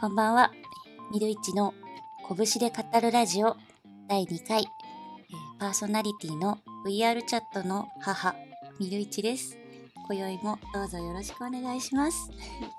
こんばんは。みるいちの拳で語るラジオ第2回、パーソナリティの VR チャットの母、みるいちです。今宵もどうぞよろしくお願いします。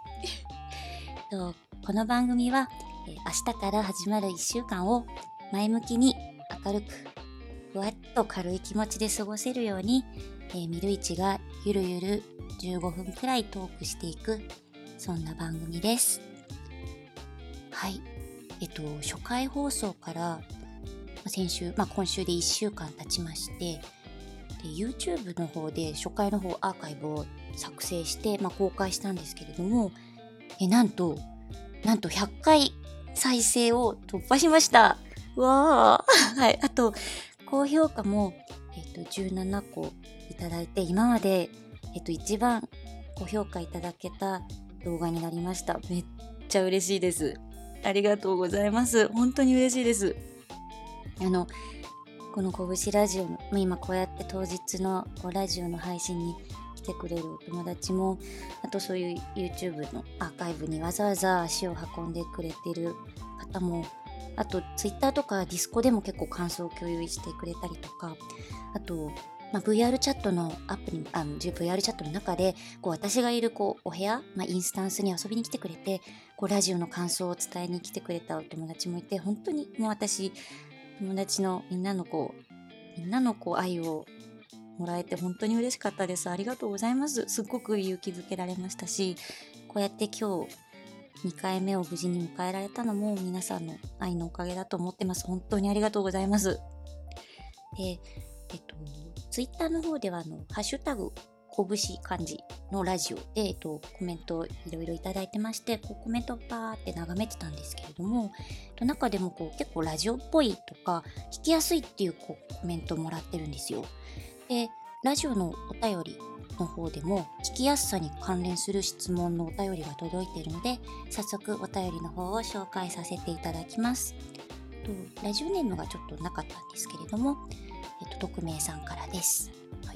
この番組は、明日から始まる1週間を前向きに明るくふわっと軽い気持ちで過ごせるように、みるいちがゆるゆる15分くらいトークしていく、そんな番組です。はい。初回放送から今週で1週間経ちまして、で YouTube の方で初回の方アーカイブを作成して、公開したんですけれども、なんと100回再生を突破しました。わーはい。あと、高評価も、17個いただいて、今まで、一番高評価いただけた動画になりました。めっちゃ嬉しいです。ありがとうございます。本当に嬉しいです。この拳ラジオの、今こうやって当日のラジオの配信に来てくれるお友達も、あとそういう YouTube のアーカイブにわざわざ足を運んでくれてる方も、あと Twitter とか Discord でも結構感想を共有してくれたりとか、あと、VR チャットのアプリ、VR チャットの中で私がいるお部屋、インスタンスに遊びに来てくれて、ラジオの感想を伝えに来てくれたお友達もいて、本当にもう私、友達のみんなの愛をもらえて本当に嬉しかったです。ありがとうございます。すっごく勇気づけられましたし、こうやって今日2回目を無事に迎えられたのも皆さんの愛のおかげだと思ってます。本当にありがとうございます。で、ツイッターの方ではハッシュタグ拳漢字のラジオで、コメントをいろいろいただいてまして、コメントをパーって眺めてたんですけれども、中でも結構ラジオっぽいとか聞きやすいっていうコメントをもらってるんですよ。で、ラジオのお便りの方でも聞きやすさに関連する質問のお便りが届いているので、早速お便りの方を紹介させていただきます。ラジオネームがちょっとなかったんですけれども、匿名さんからです。はい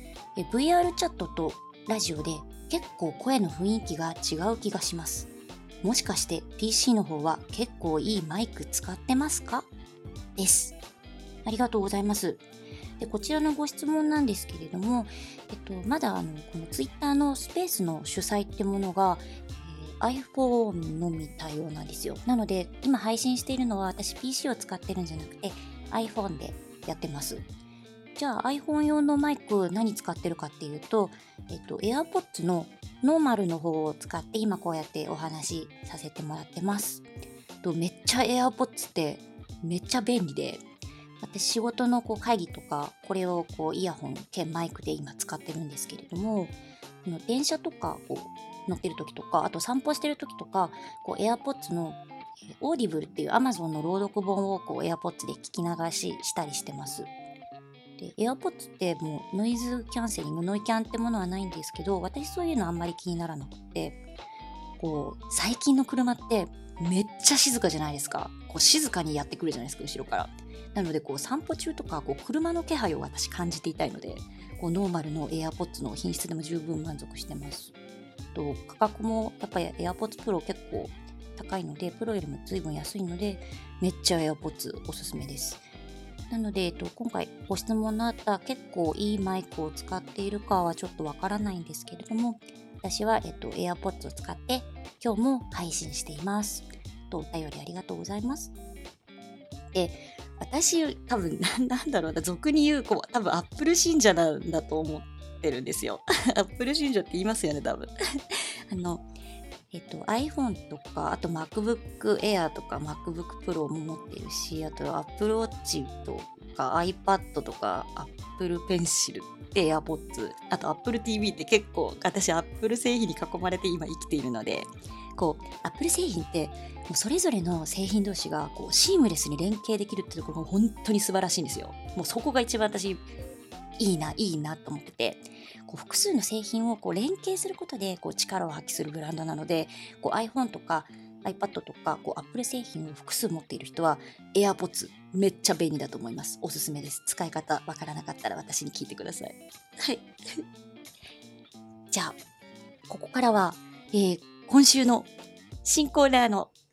。VR チャットとラジオで結構声の雰囲気が違う気がします。もしかして PC の方は結構いいマイク使ってますか？です。ありがとうございます。で、こちらのご質問なんですけれども、まだこの Twitter のスペースの主催ってものが、iPhone のみ対応なんですよ。なので今配信しているのは私 PC を使ってるんじゃなくて iPhone でやってます。じゃあ iPhone 用のマイク何使ってるかっていうと、AirPods のノーマルの方を使って今こうやってお話しさせてもらってます。めっちゃ AirPods ってめっちゃ便利で、私仕事の会議とかこれをイヤホン兼マイクで今使ってるんですけれども、電車とか乗ってる時とか、あと散歩してる時とかAirPods のオーディブルっていう Amazon の朗読本をAirPods で聞き流ししたりしてます。で AirPods ってもうノイズキャンセリング、ノイキャンってものはないんですけど、私そういうのあんまり気にならなくて、最近の車ってめっちゃ静かじゃないですか。静かにやってくるじゃないですか、後ろから。なので散歩中とか車の気配を私感じていたいので、ノーマルの AirPods の品質でも十分満足してます。価格もやっぱり AirPods Pro 結構高いので、プロよりも随分安いので、めっちゃ AirPods おすすめです。なので、今回ご質問のあった結構いいマイクを使っているかはちょっとわからないんですけれども、私は、AirPods を使って今日も配信しています。お便りありがとうございます。で、私多分なんだろうな、俗に言う多分 Apple 信者なんだと思ってるんですよ。Apple 信者って言いますよね、多分。iPhone とか、あと MacBook Air とか MacBook Pro も持ってるし、あと Apple Watch とか iPad とか Apple Pencil で AirPods、あと Apple TV って結構私 Apple 製品に囲まれて今生きているので、Apple 製品ってもうそれぞれの製品同士がシームレスに連携できるってところが本当に素晴らしいんですよ。もうそこが一番私いいなと思ってて、複数の製品を連携することで力を発揮するブランドなので、iPhone とか iPad とかApple 製品を複数持っている人は AirPods めっちゃ便利だと思います。おすすめです。使い方わからなかったら私に聞いてください。はい。じゃあここからは、今週の新コーナーの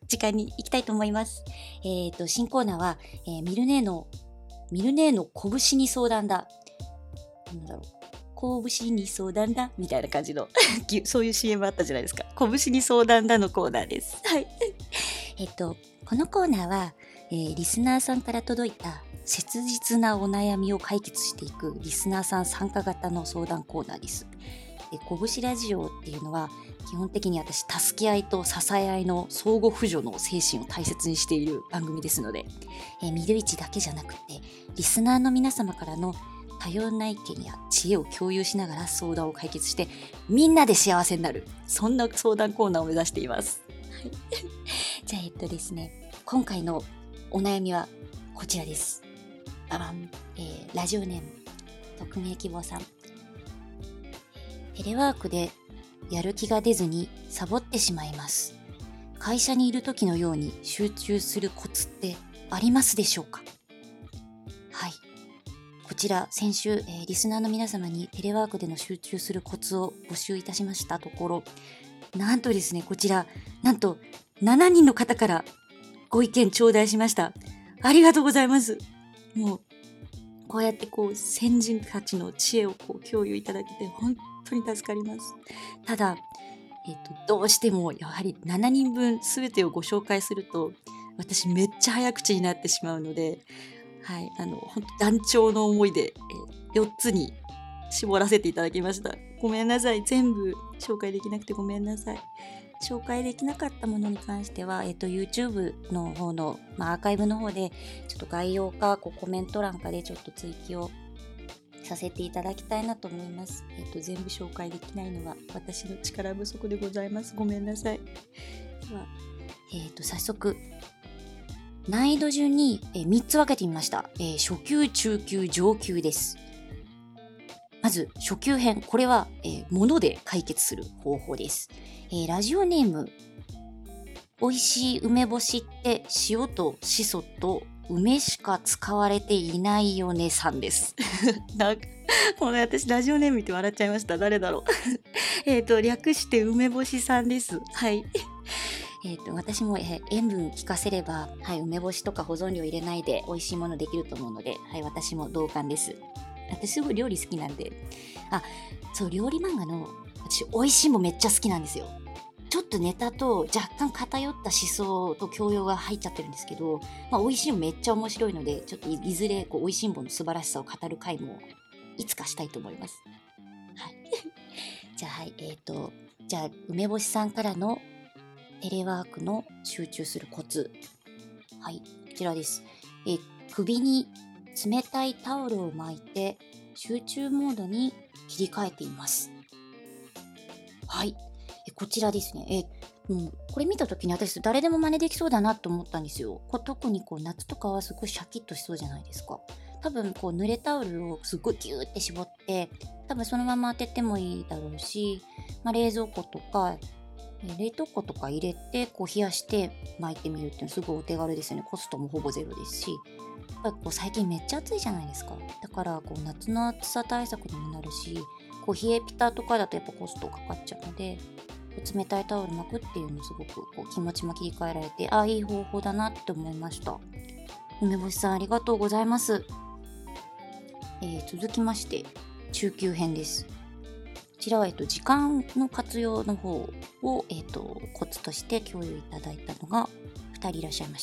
時間に行きたいと思います。新コーナーは、ミルネーの拳に相談だ。なんだろう。拳に相談だみたいな感じのそういう CM あったじゃないですか。拳に相談だのコーナーです。はい。このコーナーは、リスナーさんから届いた切実なお悩みを解決していくリスナーさん参加型の相談コーナーです。拳ラジオっていうのは基本的に私助け合いと支え合いの相互扶助の精神を大切にしている番組ですので、見る位置だけじゃなくてリスナーの皆様からの多様な意見や知恵を共有しながら相談を解決してみんなで幸せになる、そんな相談コーナーを目指しています。はい、じゃあですね、今回のお悩みはこちらです。ババン、ラジオネーム匿名希望さん。テレワークでやる気が出ずにサボってしまいます。会社にいる時のように集中するコツってありますでしょうか？はい。こちら先週、リスナーの皆様にテレワークでの集中するコツを募集いたしましたところ、なんとですね、こちら、なんと7人の方からご意見頂戴しました。ありがとうございます。もう、こうやって先人たちの知恵を共有いただけて本当に助かります。ただ、どうしてもやはり7人分すべてをご紹介すると私めっちゃ早口になってしまうので、はい、本当断腸の思いで、4つに絞らせていただきました。ごめんなさい。全部紹介できなくてごめんなさい。紹介できなかったものに関しては、YouTube の方の、アーカイブの方でちょっと概要かコメント欄かでちょっと追記をさせていただきたいなと思います。全部紹介できないのは私の力不足でございます。ごめんなさい。では、早速難易度順に3つ分けてみました。初級、中級、上級です。まず初級編、これは、物で解決する方法です。ラジオネーム、美味しい梅干しって塩としそと梅しか使われていないよねさんです。これ私ラジオネーム見て笑っちゃいました。誰だろう。略して梅干しさんです。はい。私も、塩分効かせれば、はい、梅干しとか保存料入れないで美味しいものできると思うので、はい、私も同感です。私すごい料理好きなんで。そう、料理漫画の私美味しいもめっちゃ好きなんですよ。ちょっとネタと若干偏った思想と教養が入っちゃってるんですけど、美味しいもめっちゃ面白いので、ちょっといずれ美味しいもの素晴らしさを語る回もいつかしたいと思います。はい。じゃあ、はい、じゃあ梅干しさんからのテレワークの集中するコツ。はい、こちらです。首に冷たいタオルを巻いて集中モードに切り替えています。はい。こちらですね。これ見たときに私誰でも真似できそうだなと思ったんですよ。特に夏とかはすごいシャキッとしそうじゃないですか。多分濡れタオルをすごいギューって絞って多分そのまま当ててもいいだろうし、冷蔵庫とか冷凍庫とか入れて冷やして巻いてみるっていうのすごいお手軽ですよね。コストもほぼゼロですし、やっぱ最近めっちゃ暑いじゃないですか。だから夏の暑さ対策にもなるし、冷えピタとかだとやっぱコストかかっちゃうので、冷たいタオル巻くっていうのすごく気持ちも切り替えられて、いい方法だなって思いました。梅干しさんありがとうございます。続きまして中級編です。こちらは、時間の活用の方を、コツとして共有いただいたのが2人いらっしゃいました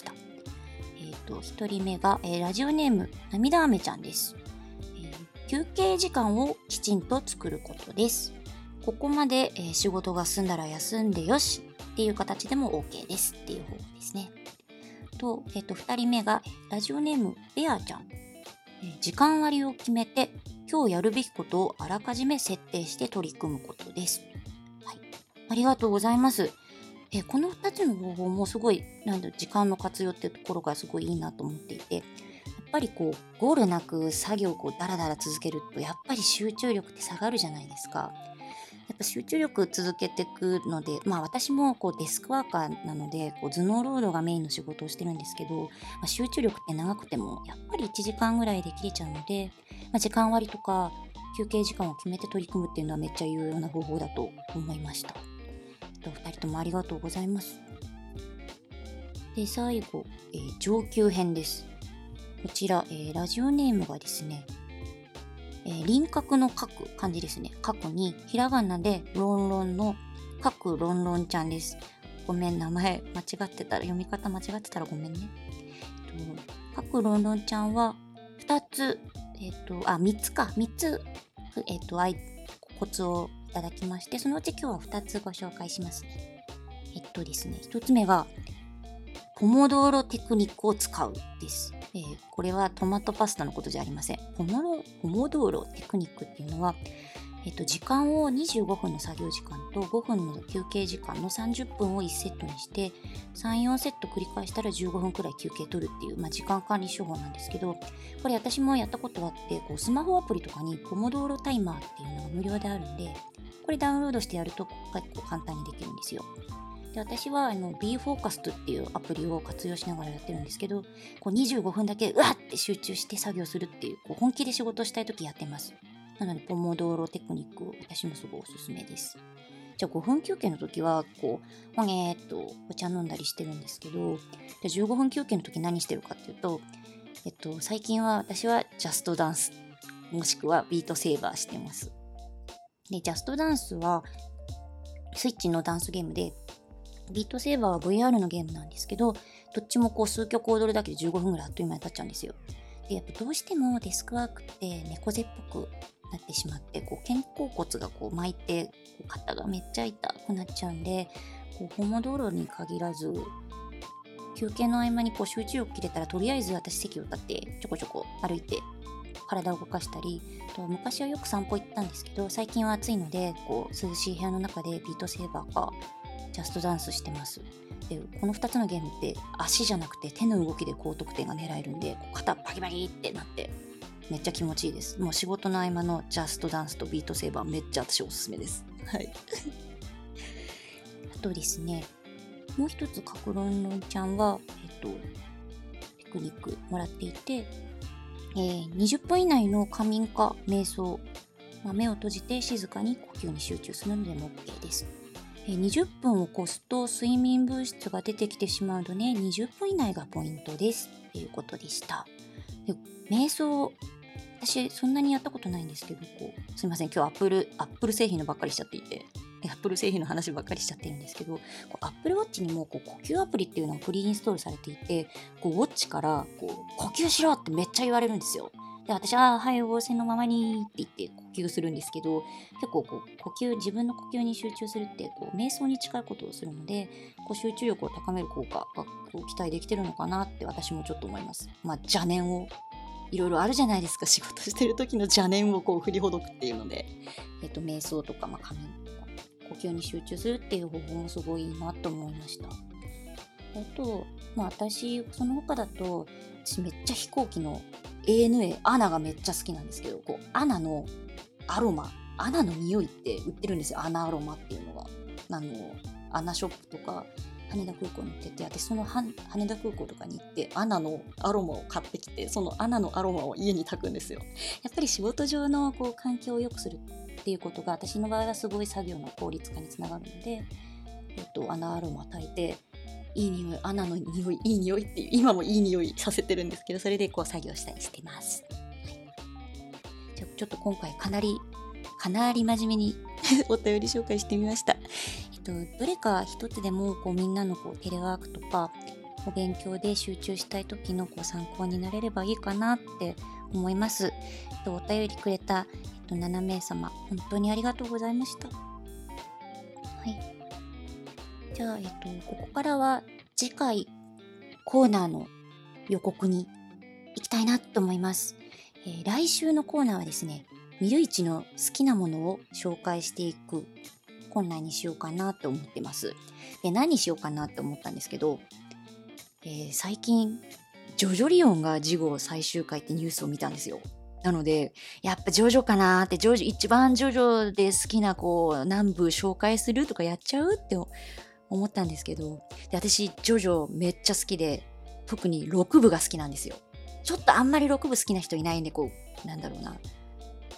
。1人目が、ラジオネーム涙あめちゃんです。休憩時間をきちんと作ることです。ここまで、仕事が済んだら休んでよしっていう形でも OK ですっていう方ですね。と、2人目がラジオネームベアちゃん。時間割を決めて今日やるべきことをあらかじめ設定して取り組むことです。はい、ありがとうございます。この2つの方法もすごい時間の活用っていうところがすごいいいなと思っていて、やっぱりゴールなく作業をダラダラ続けるとやっぱり集中力って下がるじゃないですか。やっぱ集中力続けていくので、私もデスクワーカーなので頭脳労働がメインの仕事をしてるんですけど、集中力って長くてもやっぱり1時間ぐらいで切れちゃうので、時間割とか休憩時間を決めて取り組むっていうのはめっちゃ有用な方法だと思いました。2人ともありがとうございます。 で、最後、上級編です。こちら、ラジオネームがですね、輪郭の書く漢字ですね。書くに、ひらがなでロンロンの書くロンロンちゃんです。ごめん、名前間違ってたら、読み方間違ってたらごめんね。書くロンロンちゃんは、2つ、3つか、3つ、コツをいただきまして、そのうち今日は2つご紹介しますね。ですね、1つ目が、ポモドーロテクニックを使うです。これはトマトパスタのことじゃありません。ポモドーロテクニックっていうのは、時間を25分の作業時間と5分の休憩時間の30分を1セットにして、3、4セット繰り返したら15分くらい休憩取るっていう、時間管理手法なんですけど、これ私もやったことあって、スマホアプリとかにポモドーロタイマーっていうのが無料であるんで、これダウンロードしてやると結構簡単にできるんですよ。で、私はBeFocused っていうアプリを活用しながらやってるんですけど、25分だけうわって集中して作業するっていう、本気で仕事したいときやってます。なので、ポモドーロテクニックを私もすごいおすすめです。じゃあ5分休憩の時は、ほげーっとお茶飲んだりしてるんですけど、で15分休憩の時何してるかっていうと、最近は私はジャストダンス、もしくはビートセーバーしてます。で、ジャストダンスは、スイッチのダンスゲームで、ビートセーバーは VR のゲームなんですけど、どっちも数曲踊るだけで15分ぐらいあっという間に経っちゃうんですよ。で、やっぱどうしてもデスクワークって猫背っぽくなってしまって、肩甲骨が巻いて、肩がめっちゃ痛くなっちゃうんで、ポモドーロに限らず、休憩の合間に集中力切れたら、とりあえず私席を立ってちょこちょこ歩いて体を動かしたり、昔はよく散歩行ったんですけど、最近は暑いので涼しい部屋の中でビートセーバーかジャストダンスしてます。で、この2つのゲームって足じゃなくて手の動きで高得点が狙えるんで、肩バキバキってなってめっちゃ気持ちいいです。もう仕事の合間のジャストダンスとビートセーバーめっちゃ私おすすめです。はい。あとですね、もう一つカクロンロンちゃんはテクニックもらっていて、20分以内の仮眠か瞑想、目を閉じて静かに呼吸に集中するのでも OK です。20分を越すと睡眠物質が出てきてしまうので、20分以内がポイントですっていうことでした。で、瞑想、私そんなにやったことないんですけど、すいません、今日アップル製品のばっかりしちゃっていて、アップル製品の話ばっかりしちゃってるんですけど、アップルウォッチにも呼吸アプリっていうのがフリーインストールされていて、ウォッチから呼吸しろってめっちゃ言われるんですよ。で、私ははい、仰せのままにって言って呼吸するんですけど、結構自分の呼吸に集中するって瞑想に近いことをするので、集中力を高める効果が期待できてるのかなって私もちょっと思います。邪念をいろいろあるじゃないですか、仕事してる時の邪念を振りほどくっていうので、瞑想とか仮眠とか呼吸に集中するっていう方法もすごいいいなと思いました。あと、私その他だと、私めっちゃ飛行機の ANA アナがめっちゃ好きなんですけど、アナのアロマ、アナの匂いって売ってるんですよ。アナアロマっていうのがアナショップとか羽田空港に行ってて、私その羽田空港とかに行ってアナのアロマを買ってきて、そのアナのアロマを家に炊くんですよ。やっぱり仕事上の環境を良くするっていうことが、私の場合はすごい作業の効率化につながるので、アナアロマ炊いて、いい匂い、アナの匂い、いい匂いっていう、今もいい匂いさせてるんですけど、それで作業したりしてます。はい、じゃあちょっと今回かなり真面目にお便り紹介してみました。どれか一つでもみんなのテレワークとかお勉強で集中したい時の参考になれればいいかなって思います。お便りくれた、7名様、本当にありがとうございました。はい。じゃあ、ここからは次回コーナーの予告に行きたいなと思います。来週のコーナーはですね、ミルイチの好きなものを紹介していくコーナーにしようかなと思ってます。で、何にしようかなって思ったんですけど、最近ジョジョリオンが次号最終回ってニュースを見たんですよ。なので、やっぱジョジョかなーって、一番ジョジョで好きな何部紹介するとかやっちゃうって思ったんですけど、で、私ジョジョめっちゃ好きで、特に6部が好きなんですよ。ちょっとあんまり6部好きな人いないんで、なんだろうな、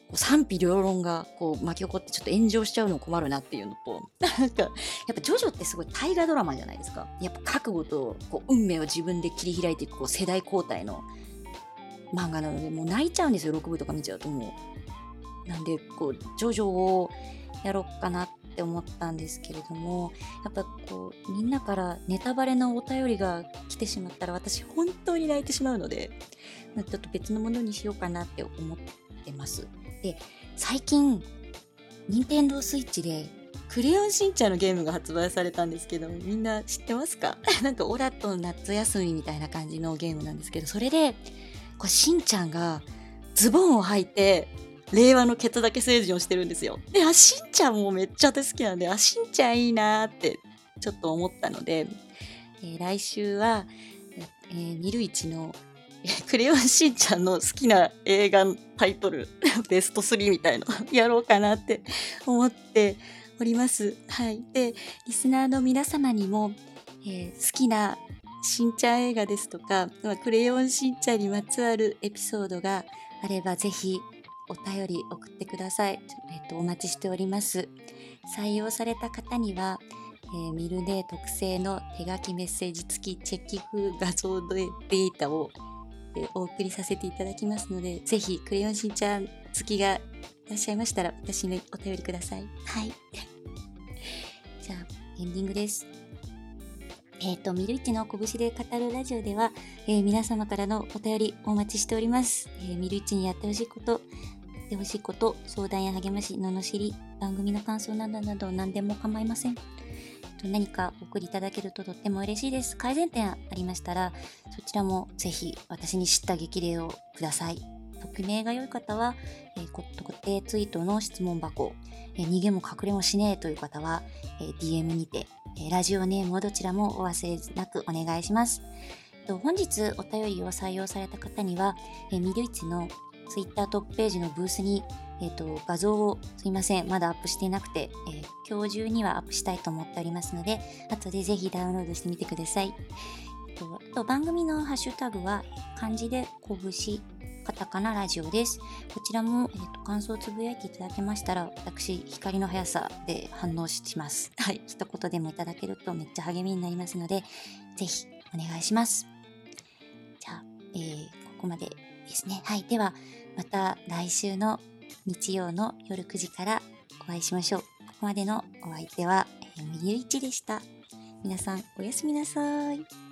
う賛否両論がこう巻き起こってちょっと炎上しちゃうの困るなっていうのと、なんかやっぱジョジョってすごい大河ドラマじゃないですか。やっぱ覚悟とこう運命を自分で切り開いていくこう世代交代の漫画なので、もう泣いちゃうんですよ、6部とか見ちゃうと。もうなんでこうジョジョをやろうかなって思ったんですけれども、やっぱこうみんなからネタバレのお便りが来てしまったら私本当に泣いてしまうので、ちょっと別のものにしようかなって思ってます。で、最近任天堂スイッチでクレヨンしんちゃんのゲームが発売されたんですけど、みんな知ってますか？なんかオラと夏休みみたいな感じのゲームなんですけど、それでこうしんちゃんがズボンを履いて令和のケツだけ成人をしてるんですよ。で、しんちゃんもめっちゃ私好きなんで、しんちゃんいいなーってちょっと思ったので、来週は、ミルイチのクレヨンしんちゃんの好きな映画タイトルベスト3みたいのやろうかなって思っております。はい。で、リスナーの皆様にも、好きなしんちゃん映画ですとか、クレヨンしんちゃんにまつわるエピソードがあればぜひお便り送ってください。お待ちしております。採用された方には、ミルネ特製の手書きメッセージ付きチェキ風画像データをお送りさせていただきますので、ぜひクレヨンしんちゃん好きがいらっしゃいましたら私にお便りください。はい。じゃあエンディングです。ミルイチの拳で語るラジオでは、皆様からのお便りお待ちしております。ミルイチにやってほしいこと、相談や励まし、罵り、番組の感想などなど何でも構いません。何かお送りいただけるととっても嬉しいです。改善点ありましたら、そちらもぜひ私に知った激励をください。匿名が良い方は、特定ツイートの質問箱、逃げも隠れもしねえという方は、DM にて、ラジオネームをどちらもお忘れなくお願いします。本日お便りを採用された方には、ミルイチのツイッタートップページのブースに、画像をすいませんまだアップしていなくて、今日中にはアップしたいと思っておりますので、後でぜひダウンロードしてみてください。あと番組のハッシュタグは漢字で拳カタカナラジオです。こちらも、感想をつぶやいていただけましたら私光の速さで反応します。はい、一言でもいただけるとめっちゃ励みになりますのでぜひお願いします。じゃあ、ここまでですね。はい、ではまた来週の日曜の夜9時からお会いしましょう。ここまでのお相手は、みゆいちでした。皆さんおやすみなさい。